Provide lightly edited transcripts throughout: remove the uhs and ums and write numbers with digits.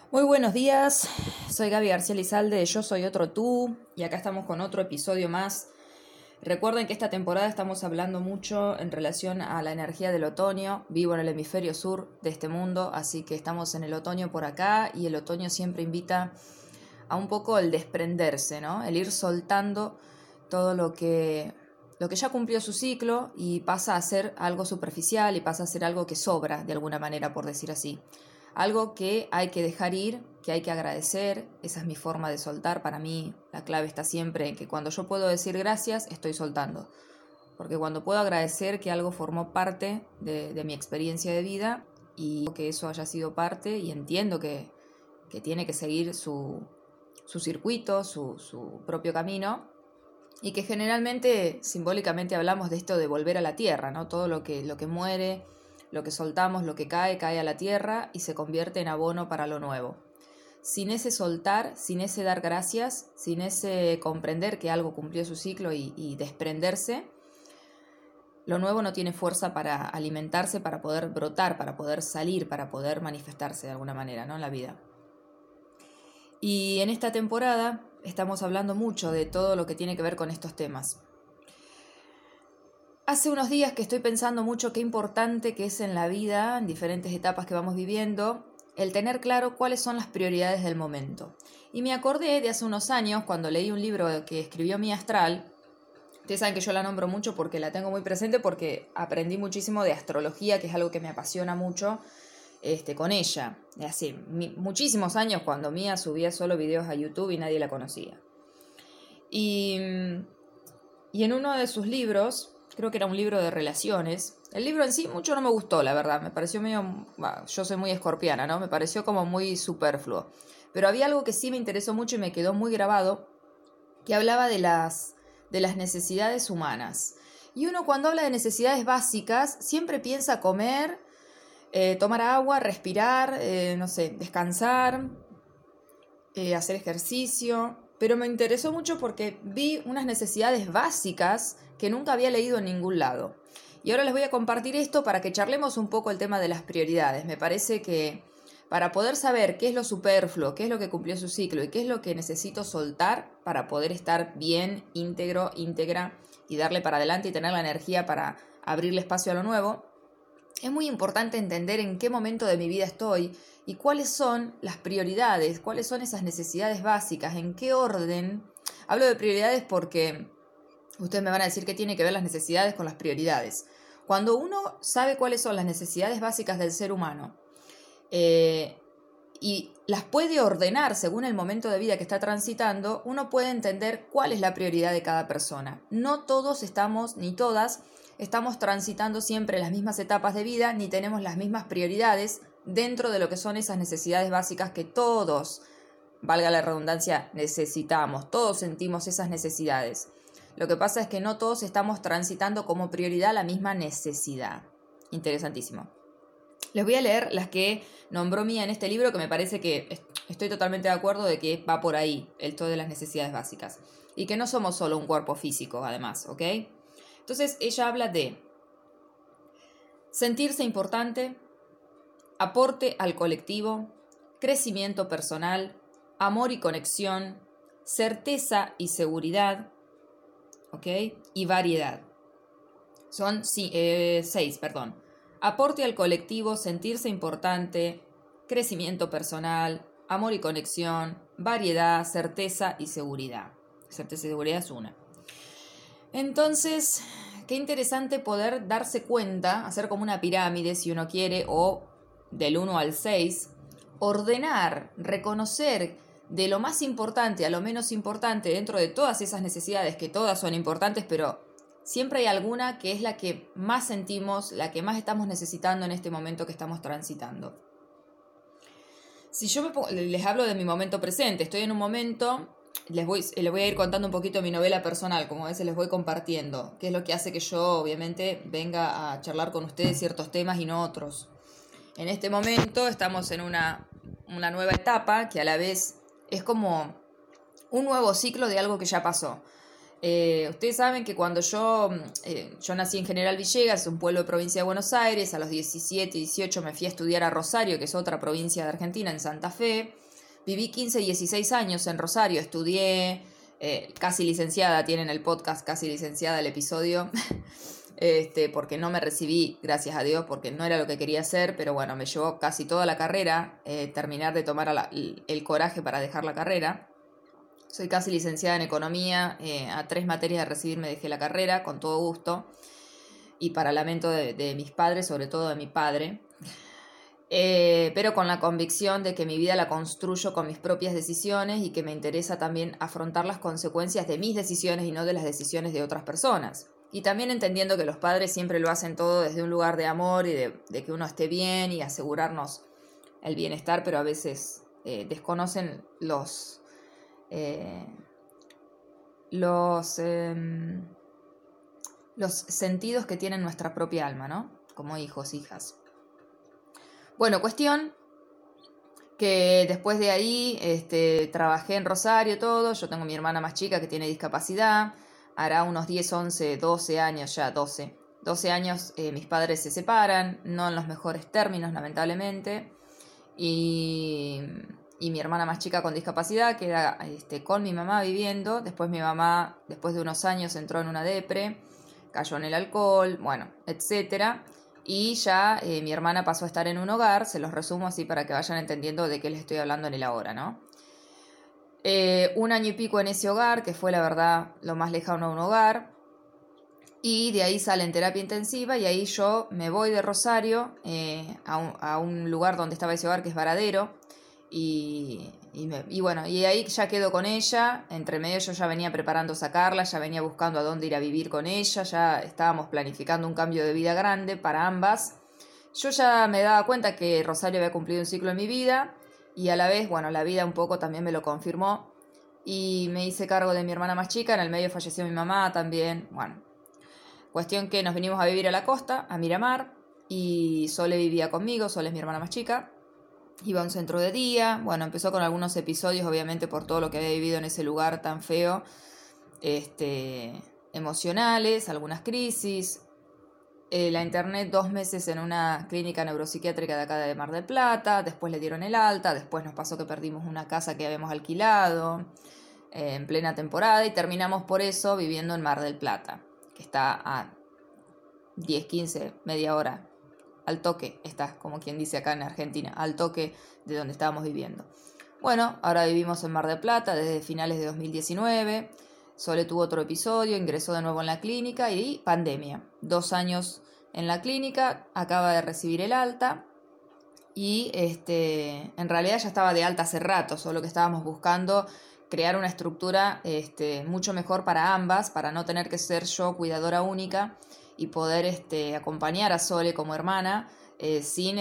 Muy buenos días, soy Gaby García Lizalde de Yo Soy Otro Tú y acá estamos con otro episodio más. Recuerden que esta temporada estamos hablando mucho en relación a la energía del otoño. Vivo en el hemisferio sur de este mundo, así que estamos en el otoño por acá y el otoño siempre invita a un poco el desprenderse, ¿no? El ir soltando todo lo que ya cumplió su ciclo y pasa a ser algo superficial y pasa a ser algo que sobra de alguna manera, por decir así. Algo que hay que dejar ir, que hay que agradecer, esa es mi forma de soltar. Para mí la clave está siempre en que cuando yo puedo decir gracias, estoy soltando. Porque cuando puedo agradecer que algo formó parte de mi experiencia de vida y que eso haya sido parte y entiendo que tiene que seguir su circuito, su propio camino, y que generalmente, simbólicamente hablamos de esto de volver a la tierra, ¿no? Todo lo que muere, lo que soltamos, lo que cae a la tierra y se convierte en abono para lo nuevo. Sin ese soltar, sin ese dar gracias, sin ese comprender que algo cumplió su ciclo y desprenderse, lo nuevo no tiene fuerza para alimentarse, para poder brotar, para poder salir, para poder manifestarse de alguna manera, ¿no? En la vida. Y en esta temporada estamos hablando mucho de todo lo que tiene que ver con estos temas. Hace unos días que estoy pensando mucho qué importante que es en la vida, en diferentes etapas que vamos viviendo, el tener claro cuáles son las prioridades del momento. Y me acordé de hace unos años cuando leí un libro que escribió Mía Astral. Ustedes saben que yo la nombro mucho porque la tengo muy presente, porque aprendí muchísimo de astrología, que es algo que me apasiona mucho, con ella. Hace muchísimos años, cuando Mía subía solo videos a YouTube y nadie la conocía. Y en uno de sus libros, creo que era un libro de relaciones, el libro en sí mucho no me gustó, la verdad, me pareció medio, yo soy muy escorpiana, ¿no? Me pareció como muy superfluo. Pero había algo que sí me interesó mucho y me quedó muy grabado, que hablaba de las necesidades humanas. Y uno cuando habla de necesidades básicas siempre piensa comer, tomar agua, respirar, no sé, descansar, hacer ejercicio. Pero me interesó mucho porque vi unas necesidades básicas que nunca había leído en ningún lado. Y ahora les voy a compartir esto para que charlemos un poco el tema de las prioridades. Me parece que para poder saber qué es lo superfluo, qué es lo que cumplió su ciclo y qué es lo que necesito soltar para poder estar bien, íntegro, íntegra y darle para adelante y tener la energía para abrirle espacio a lo nuevo, es muy importante entender en qué momento de mi vida estoy y cuáles son las prioridades, cuáles son esas necesidades básicas, en qué orden. Hablo de prioridades porque ustedes me van a decir qué tiene que ver las necesidades con las prioridades. Cuando uno sabe cuáles son las necesidades básicas del ser humano y las puede ordenar según el momento de vida que está transitando, uno puede entender cuál es la prioridad de cada persona. No todos estamos, ni todas, estamos transitando siempre las mismas etapas de vida, ni tenemos las mismas prioridades dentro de lo que son esas necesidades básicas que todos, valga la redundancia, necesitamos. Todos sentimos esas necesidades. Lo que pasa es que no todos estamos transitando como prioridad la misma necesidad. Interesantísimo. Les voy a leer las que nombró Mía en este libro, que me parece que estoy totalmente de acuerdo de que va por ahí el todo de las necesidades básicas. Y que no somos solo un cuerpo físico, además, ¿ok? Entonces ella habla de sentirse importante, aporte al colectivo, crecimiento personal, amor y conexión, certeza y seguridad, ¿ok? Y variedad. Son 6, perdón. Aporte al colectivo, sentirse importante, crecimiento personal, amor y conexión, variedad, certeza y seguridad. Certeza y seguridad es una. Entonces, qué interesante poder darse cuenta, hacer como una pirámide si uno quiere, o del 1 al 6, ordenar, reconocer de lo más importante a lo menos importante dentro de todas esas necesidades, que todas son importantes, pero siempre hay alguna que es la que más sentimos, la que más estamos necesitando en este momento que estamos transitando. Si yo les hablo de mi momento presente, estoy en un momento, les voy a ir contando un poquito mi novela personal, como a veces les voy compartiendo, que es lo que hace que yo obviamente venga a charlar con ustedes ciertos temas y no otros. En este momento estamos en una nueva etapa que a la vez es como un nuevo ciclo de algo que ya pasó. Ustedes saben que cuando yo nací en General Villegas, un pueblo de provincia de Buenos Aires. A los 17, 18 me fui a estudiar a Rosario, que es otra provincia de Argentina, en Santa Fe. Viví 15, 16 años en Rosario, estudié, casi licenciada, tienen el podcast Casi Licenciada, el episodio, porque no me recibí, gracias a Dios, porque no era lo que quería hacer, pero bueno, me llevó casi toda la carrera, terminar de tomar el coraje para dejar la carrera. Soy casi licenciada en Economía, a 3 materias de recibirme dejé la carrera, con todo gusto, y para lamento de mis padres, sobre todo de mi padre. Pero con la convicción de que mi vida la construyo con mis propias decisiones y que me interesa también afrontar las consecuencias de mis decisiones y no de las decisiones de otras personas. Y también entendiendo que los padres siempre lo hacen todo desde un lugar de amor y de que uno esté bien y asegurarnos el bienestar, pero a veces desconocen los sentidos que tiene nuestra propia alma, ¿no? Como hijos, hijas. Bueno, cuestión que después de ahí trabajé en Rosario, todo. Yo tengo mi hermana más chica que tiene discapacidad. Hará unos 10, 11, 12 años ya, 12 años mis padres se separan, no en los mejores términos, lamentablemente. Y mi hermana más chica con discapacidad queda con mi mamá viviendo. Después mi mamá, después de unos años, entró en una depre, cayó en el alcohol, bueno, etcétera. Y ya mi hermana pasó a estar en un hogar. Se los resumo así para que vayan entendiendo de qué les estoy hablando en el ahora, ¿no? 1 año y pico en ese hogar, que fue la verdad lo más lejano a un hogar. Y de ahí sale en terapia intensiva y ahí yo me voy de Rosario a un lugar donde estaba ese hogar, que es Varadero. Y bueno, y ahí ya quedo con ella. Entre medio yo ya venía preparando sacarla, ya venía buscando a dónde ir a vivir con ella, ya estábamos planificando un cambio de vida grande para ambas. Yo ya me daba cuenta que Rosario había cumplido un ciclo en mi vida y a la vez, bueno, la vida un poco también me lo confirmó y me hice cargo de mi hermana más chica. En el medio falleció mi mamá también. Bueno, cuestión que nos vinimos a vivir a la costa, a Miramar, y Sole vivía conmigo. Sole es mi hermana más chica. Iba a un centro de día. Bueno, empezó con algunos episodios, obviamente por todo lo que había vivido en ese lugar tan feo, emocionales, algunas crisis. La internet 2 meses en una clínica neuropsiquiátrica de acá de Mar del Plata. Después le dieron el alta. Después nos pasó que perdimos una casa que habíamos alquilado en plena temporada y terminamos por eso viviendo en Mar del Plata, que está a 10, 15, media hora al toque, está, como quien dice acá en Argentina, al toque de donde estábamos viviendo. Bueno, ahora vivimos en Mar del Plata desde finales de 2019. Sole tuvo otro episodio, ingresó de nuevo en la clínica y pandemia. 2 años en la clínica, acaba de recibir el alta y en realidad ya estaba de alta hace rato, solo que estábamos buscando crear una estructura mucho mejor para ambas, para no tener que ser yo cuidadora única y poder acompañar a Sole como hermana sin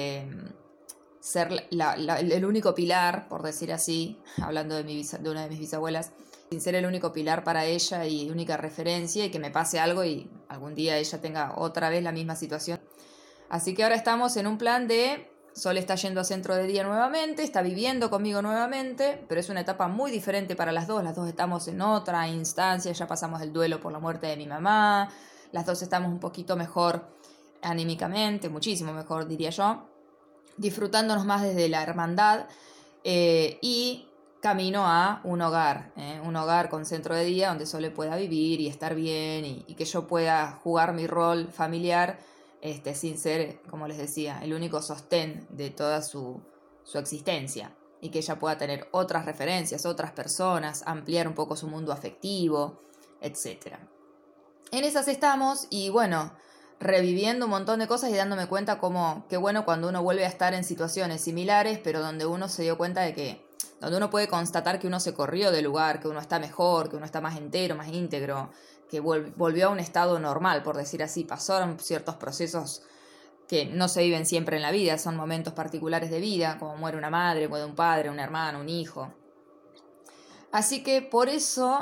ser el único pilar, por decir así, hablando de una de mis bisabuelas, sin ser el único pilar para ella y única referencia, y que me pase algo y algún día ella tenga otra vez la misma situación. Así que ahora estamos en un plan de Sole está yendo a centro de día nuevamente, está viviendo conmigo nuevamente, pero es una etapa muy diferente para las dos. Las dos estamos en otra instancia, ya pasamos el duelo por la muerte de mi mamá. Las dos estamos un poquito mejor anímicamente, muchísimo mejor diría yo, disfrutándonos más desde la hermandad y camino a un hogar con centro de día donde Sole pueda vivir y estar bien y que yo pueda jugar mi rol familiar sin ser, como les decía, el único sostén de toda su existencia, y que ella pueda tener otras referencias, otras personas, ampliar un poco su mundo afectivo, etc. En esas estamos y bueno, reviviendo un montón de cosas y dándome cuenta como qué bueno cuando uno vuelve a estar en situaciones similares, pero donde uno se dio cuenta de que, donde uno puede constatar que uno se corrió del lugar, que uno está mejor, que uno está más entero, más íntegro, que volvió a un estado normal, por decir así. Pasaron ciertos procesos que no se viven siempre en la vida, son momentos particulares de vida, como muere una madre, muere un padre, un hermano, un hijo. Así que por eso,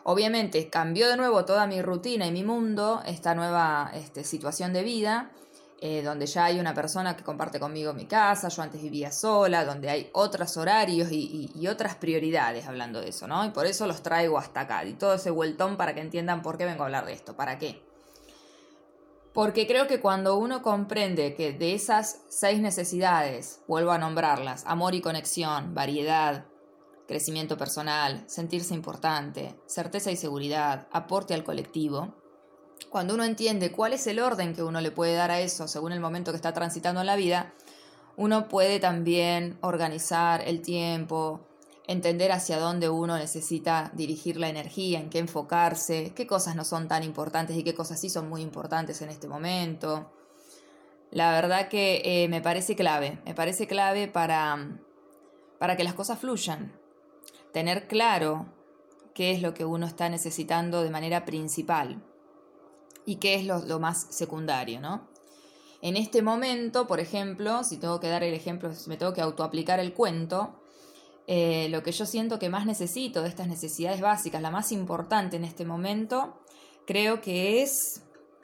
obviamente cambió de nuevo toda mi rutina y mi mundo, esta nueva situación de vida, donde ya hay una persona que comparte conmigo mi casa, yo antes vivía sola, donde hay otros horarios y otras prioridades hablando de eso, ¿no? Y por eso los traigo hasta acá, y todo ese vueltón para que entiendan por qué vengo a hablar de esto, ¿para qué? Porque creo que cuando uno comprende que de esas 6 necesidades, vuelvo a nombrarlas, amor y conexión, variedad, crecimiento personal, sentirse importante, certeza y seguridad, aporte al colectivo, cuando uno entiende cuál es el orden que uno le puede dar a eso según el momento que está transitando en la vida, uno puede también organizar el tiempo, entender hacia dónde uno necesita dirigir la energía, en qué enfocarse, qué cosas no son tan importantes y qué cosas sí son muy importantes en este momento. La verdad que me parece clave para que las cosas fluyan. Tener claro qué es lo que uno está necesitando de manera principal y qué es lo más secundario, ¿no? En este momento, por ejemplo, si tengo que dar el ejemplo, si me tengo que autoaplicar el cuento, lo que yo siento que más necesito de estas necesidades básicas, la más importante en este momento, creo que es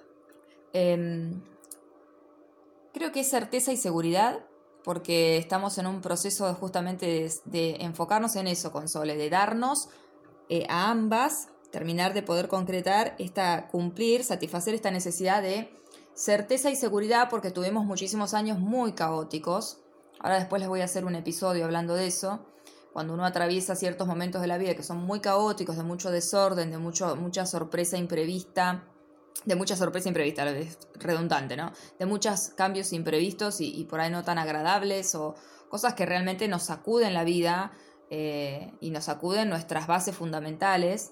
certeza y seguridad, porque estamos en un proceso justamente de enfocarnos en eso con Sole, de darnos a ambas, terminar de poder concretar satisfacer esta necesidad de certeza y seguridad, porque tuvimos muchísimos años muy caóticos. Ahora después les voy a hacer un episodio hablando de eso. Cuando uno atraviesa ciertos momentos de la vida que son muy caóticos, de mucho desorden, de mucha sorpresa imprevista, es redundante, ¿no? De muchos cambios imprevistos y por ahí no tan agradables, o cosas que realmente nos sacuden la vida y nos sacuden nuestras bases fundamentales.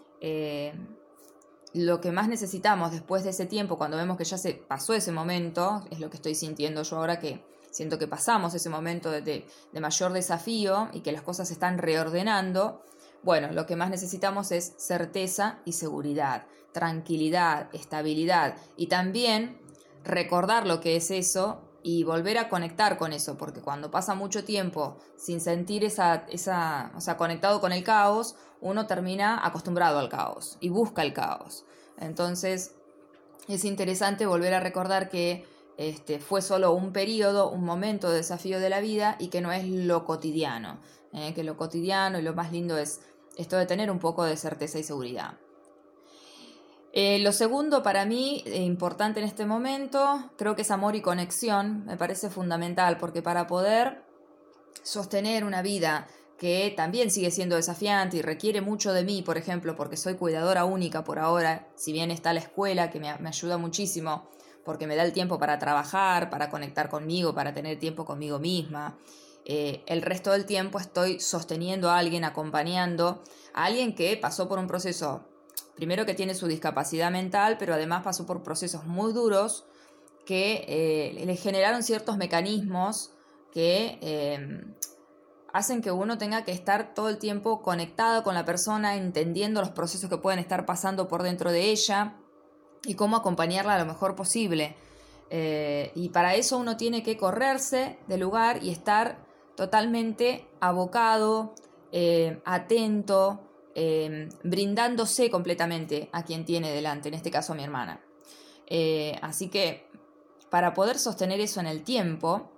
Lo que más necesitamos después de ese tiempo, cuando vemos que ya se pasó ese momento, es lo que estoy sintiendo yo ahora, que siento que pasamos ese momento de mayor desafío y que las cosas se están reordenando. Bueno, lo que más necesitamos es certeza y seguridad, tranquilidad, estabilidad, y también recordar lo que es eso y volver a conectar con eso, porque cuando pasa mucho tiempo sin sentir conectado con el caos, uno termina acostumbrado al caos y busca el caos. Entonces es interesante volver a recordar que fue solo un periodo, un momento de desafío de la vida, y que no es lo cotidiano, que lo cotidiano y lo más lindo es esto de tener un poco de certeza y seguridad. Lo segundo para mí, importante en este momento, creo que es amor y conexión. Me parece fundamental, porque para poder sostener una vida que también sigue siendo desafiante y requiere mucho de mí, por ejemplo, porque soy cuidadora única por ahora, si bien está la escuela que me ayuda muchísimo, porque me da el tiempo para trabajar, para conectar conmigo, para tener tiempo conmigo misma. El resto del tiempo estoy sosteniendo a alguien, acompañando a alguien que pasó por un proceso, primero que tiene su discapacidad mental, pero además pasó por procesos muy duros que le generaron ciertos mecanismos que hacen que uno tenga que estar todo el tiempo conectado con la persona, entendiendo los procesos que pueden estar pasando por dentro de ella y cómo acompañarla lo mejor posible. Y para eso uno tiene que correrse del lugar y estar totalmente abocado, atento, brindándose completamente a quien tiene delante, en este caso a mi hermana. Así que para poder sostener eso en el tiempo,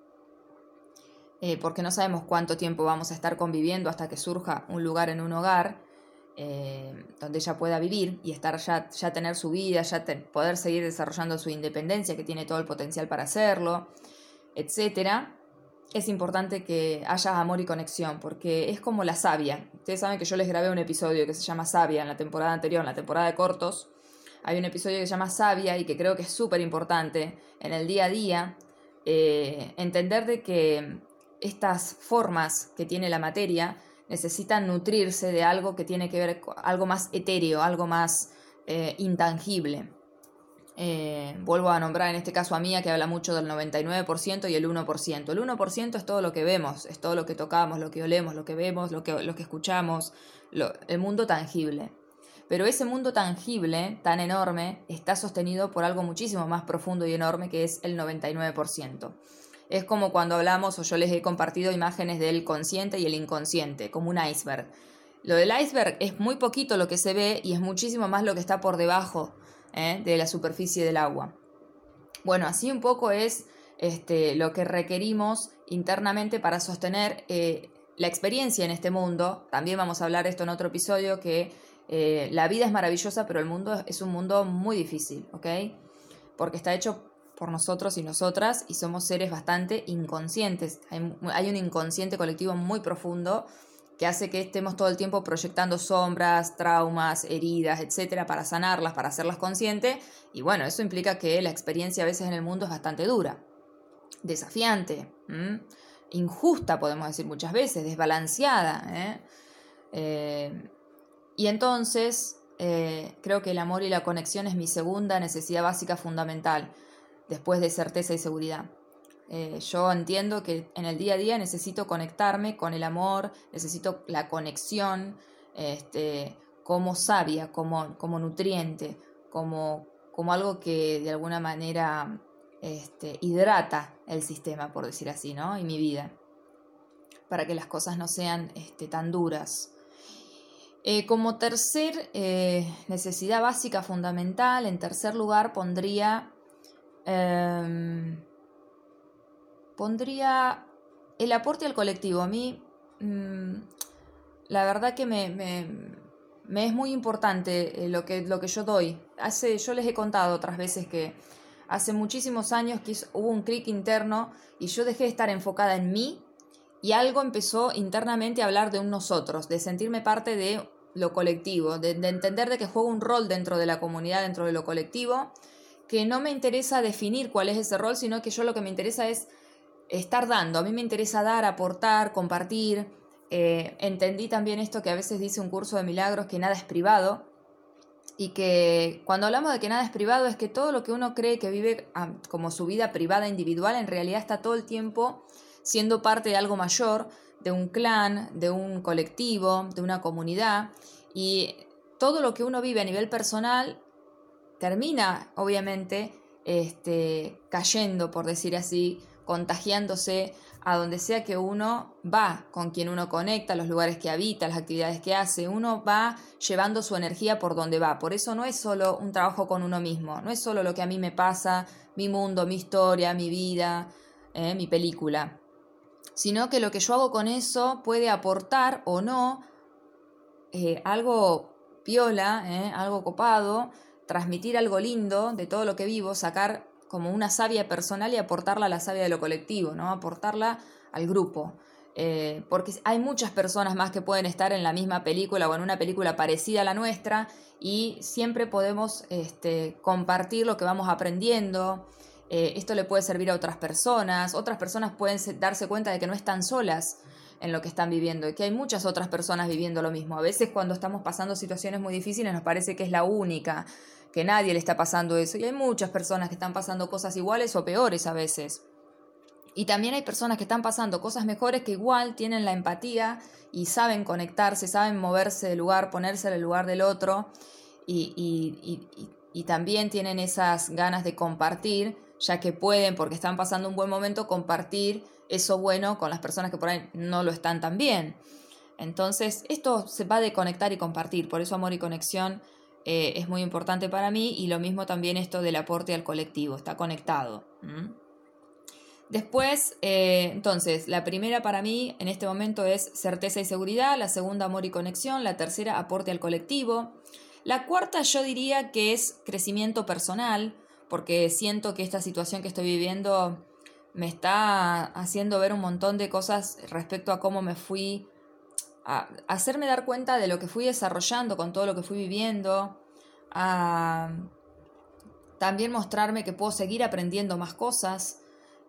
porque no sabemos cuánto tiempo vamos a estar conviviendo hasta que surja un lugar en un hogar donde ella pueda vivir y estar ya tener su vida, poder seguir desarrollando su independencia, que tiene todo el potencial para hacerlo, etcétera. Es importante que haya amor y conexión, porque es como la savia. Ustedes saben que yo les grabé un episodio que se llama Savia en la temporada anterior, en la temporada de cortos. Hay un episodio que se llama Savia y que creo que es súper importante en el día a día entender de que estas formas que tiene la materia necesitan nutrirse de algo que tiene que ver con algo más etéreo, algo más intangible. Vuelvo a nombrar en este caso a Mía, que habla mucho del 99% y el 1%. El 1% es todo lo que vemos, es todo lo que tocamos, lo que olemos, lo que vemos, lo que escuchamos, el mundo tangible. Pero ese mundo tangible, tan enorme, está sostenido por algo muchísimo más profundo y enorme, que es el 99%. Es como cuando hablamos, o yo les he compartido imágenes del consciente y el inconsciente, como un iceberg. Lo del iceberg es muy poquito lo que se ve y es muchísimo más lo que está por debajo de la superficie del agua. Bueno, así un poco es lo que requerimos internamente para sostener la experiencia en este mundo. También vamos a hablar esto en otro episodio, que la vida es maravillosa, pero el mundo es un mundo muy difícil, ¿ok? Porque está hecho por nosotros y nosotras y somos seres bastante inconscientes. Hay un inconsciente colectivo muy profundo que hace que estemos todo el tiempo proyectando sombras, traumas, heridas, etcétera, para sanarlas, para hacerlas conscientes. Y bueno, eso implica que la experiencia a veces en el mundo es bastante dura, desafiante, injusta, podemos decir muchas veces, desbalanceada. Y entonces creo que el amor y la conexión es mi segunda necesidad básica fundamental, después de certeza y seguridad. Yo entiendo que en el día a día necesito conectarme con el amor, necesito la conexión como savia, como nutriente, como algo que de alguna manera hidrata el sistema, por decir así, ¿no? Y mi vida, para que las cosas no sean tan duras. Como tercer necesidad básica fundamental, en tercer lugar pondría el aporte al colectivo. A mí, la verdad que me es muy importante lo que yo doy. Yo les he contado otras veces que hace muchísimos años que hubo un clic interno y yo dejé de estar enfocada en mí y algo empezó internamente a hablar de un nosotros, de sentirme parte de lo colectivo, de entender de que juego un rol dentro de la comunidad, dentro de lo colectivo, que no me interesa definir cuál es ese rol, sino que yo lo que me interesa es estar dando. A mí me interesa dar, aportar, compartir. Entendí también esto que a veces dice un curso de milagros, que nada es privado, y que cuando hablamos de que nada es privado es que todo lo que uno cree que vive como su vida privada individual en realidad está todo el tiempo siendo parte de algo mayor, de un clan, de un colectivo, de una comunidad, y todo lo que uno vive a nivel personal termina obviamente cayendo, por decir así, contagiándose a donde sea que uno va, con quien uno conecta, los lugares que habita, las actividades que hace. Uno va llevando su energía por donde va. Por eso no es solo un trabajo con uno mismo, no es solo lo que a mí me pasa, mi mundo, mi historia, mi vida, mi película, sino que lo que yo hago con eso puede aportar o no algo piola, algo copado, transmitir algo lindo de todo lo que vivo, sacar como una savia personal y aportarla a la savia de lo colectivo, ¿no? Aportarla al grupo. Porque hay muchas personas más que pueden estar en la misma película o en una película parecida a la nuestra y siempre podemos compartir lo que vamos aprendiendo. Esto le puede servir a otras personas pueden darse cuenta de que no están solas en lo que están viviendo y que hay muchas otras personas viviendo lo mismo. A veces cuando estamos pasando situaciones muy difíciles nos parece que es la única, que nadie le está pasando eso, y hay muchas personas que están pasando cosas iguales o peores a veces. Y también hay personas que están pasando cosas mejores que igual tienen la empatía y saben conectarse, saben moverse del lugar, ponerse en el lugar del otro y también tienen esas ganas de compartir, ya que pueden, porque están pasando un buen momento, compartir eso bueno con las personas que por ahí no lo están tan bien. Entonces, esto se va de conectar y compartir, por eso amor y conexión es muy importante para mí, y lo mismo también esto del aporte al colectivo, está conectado. Después, entonces, la primera para mí en este momento es certeza y seguridad, la segunda amor y conexión, la tercera aporte al colectivo. La cuarta yo diría que es crecimiento personal, porque siento que esta situación que estoy viviendo me está haciendo ver un montón de cosas respecto a cómo me fui a hacerme dar cuenta de lo que fui desarrollando con todo lo que fui viviendo, a también mostrarme que puedo seguir aprendiendo más cosas.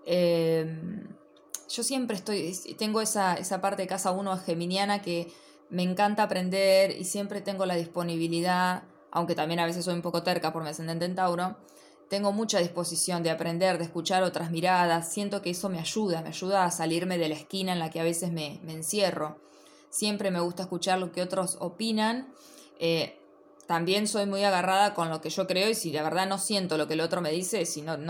Yo siempre tengo esa parte de casa 1 geminiana que me encanta aprender y siempre tengo la disponibilidad, aunque también a veces soy un poco terca por mi ascendente en Tauro. Tengo mucha disposición de aprender, de escuchar otras miradas. Siento que eso me ayuda a salirme de la esquina en la que a veces me encierro. Siempre me gusta escuchar lo que otros opinan. También soy muy agarrada con lo que yo creo, y si la verdad no siento lo que el otro me dice, si no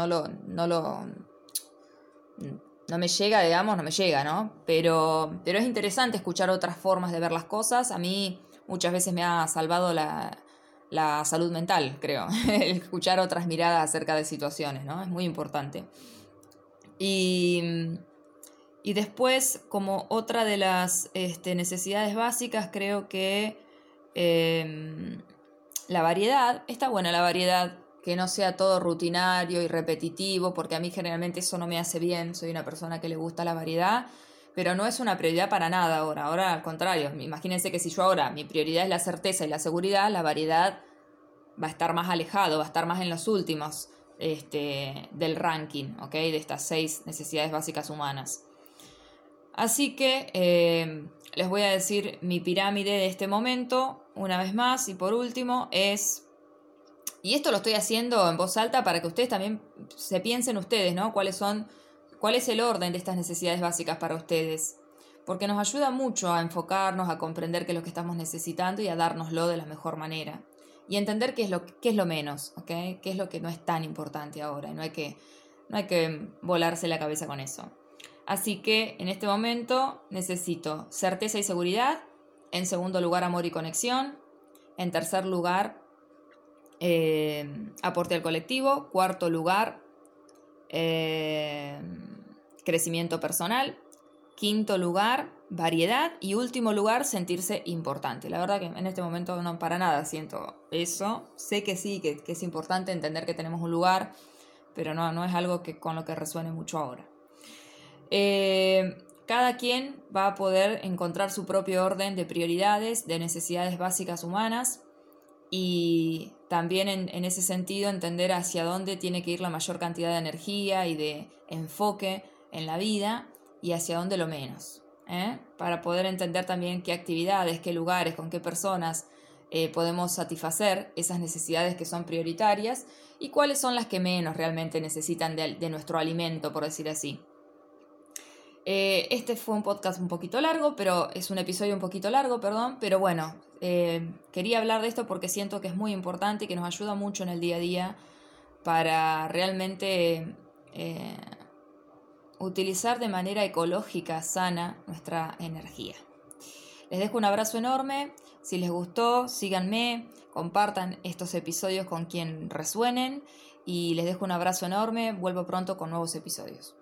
me llega, digamos, no me llega, ¿no? Pero es interesante escuchar otras formas de ver las cosas. A mí muchas veces me ha salvado la salud mental, creo. El escuchar otras miradas acerca de situaciones, ¿no? Es muy importante. Y después, como otra de las necesidades básicas, creo que la variedad. Está buena la variedad, que no sea todo rutinario y repetitivo, porque a mí generalmente eso no me hace bien. Soy una persona que le gusta la variedad, pero no es una prioridad para nada ahora. Ahora, al contrario, imagínense que si yo ahora mi prioridad es la certeza y la seguridad, la variedad va a estar más alejado, va a estar más en los últimos del ranking, ¿ok? De estas 6 necesidades básicas humanas. Así que les voy a decir mi pirámide de este momento, una vez más, y por último es, y esto lo estoy haciendo en voz alta para que ustedes también se piensen ustedes, ¿no? ¿Cuál es el orden de estas necesidades básicas para ustedes? Porque nos ayuda mucho a enfocarnos, a comprender qué es lo que estamos necesitando y a dárnoslo de la mejor manera. Y entender qué es lo menos, ¿ok? Qué es lo que no es tan importante ahora. Y no hay que volarse la cabeza con eso. Así que en este momento necesito certeza y seguridad. En segundo lugar, amor y conexión. En tercer lugar, aporte al colectivo. Cuarto lugar, crecimiento personal. Quinto lugar, variedad. Y último lugar, sentirse importante. La verdad que en este momento no para nada siento eso. Sé que sí, que es importante entender que tenemos un lugar, pero no es algo con lo que resuene mucho ahora. Cada quien va a poder encontrar su propio orden de prioridades, de necesidades básicas humanas, y también en ese sentido entender hacia dónde tiene que ir la mayor cantidad de energía y de enfoque en la vida y hacia dónde lo menos, para poder entender también qué actividades, qué lugares, con qué personas podemos satisfacer esas necesidades que son prioritarias y cuáles son las que menos realmente necesitan de nuestro alimento, por decir así. Este fue un podcast un poquito largo, es un episodio un poquito largo, pero bueno, quería hablar de esto porque siento que es muy importante y que nos ayuda mucho en el día a día para realmente utilizar de manera ecológica, sana, nuestra energía. Les dejo un abrazo enorme. Si les gustó, síganme, compartan estos episodios con quien resuenen y les dejo un abrazo enorme. Vuelvo pronto con nuevos episodios.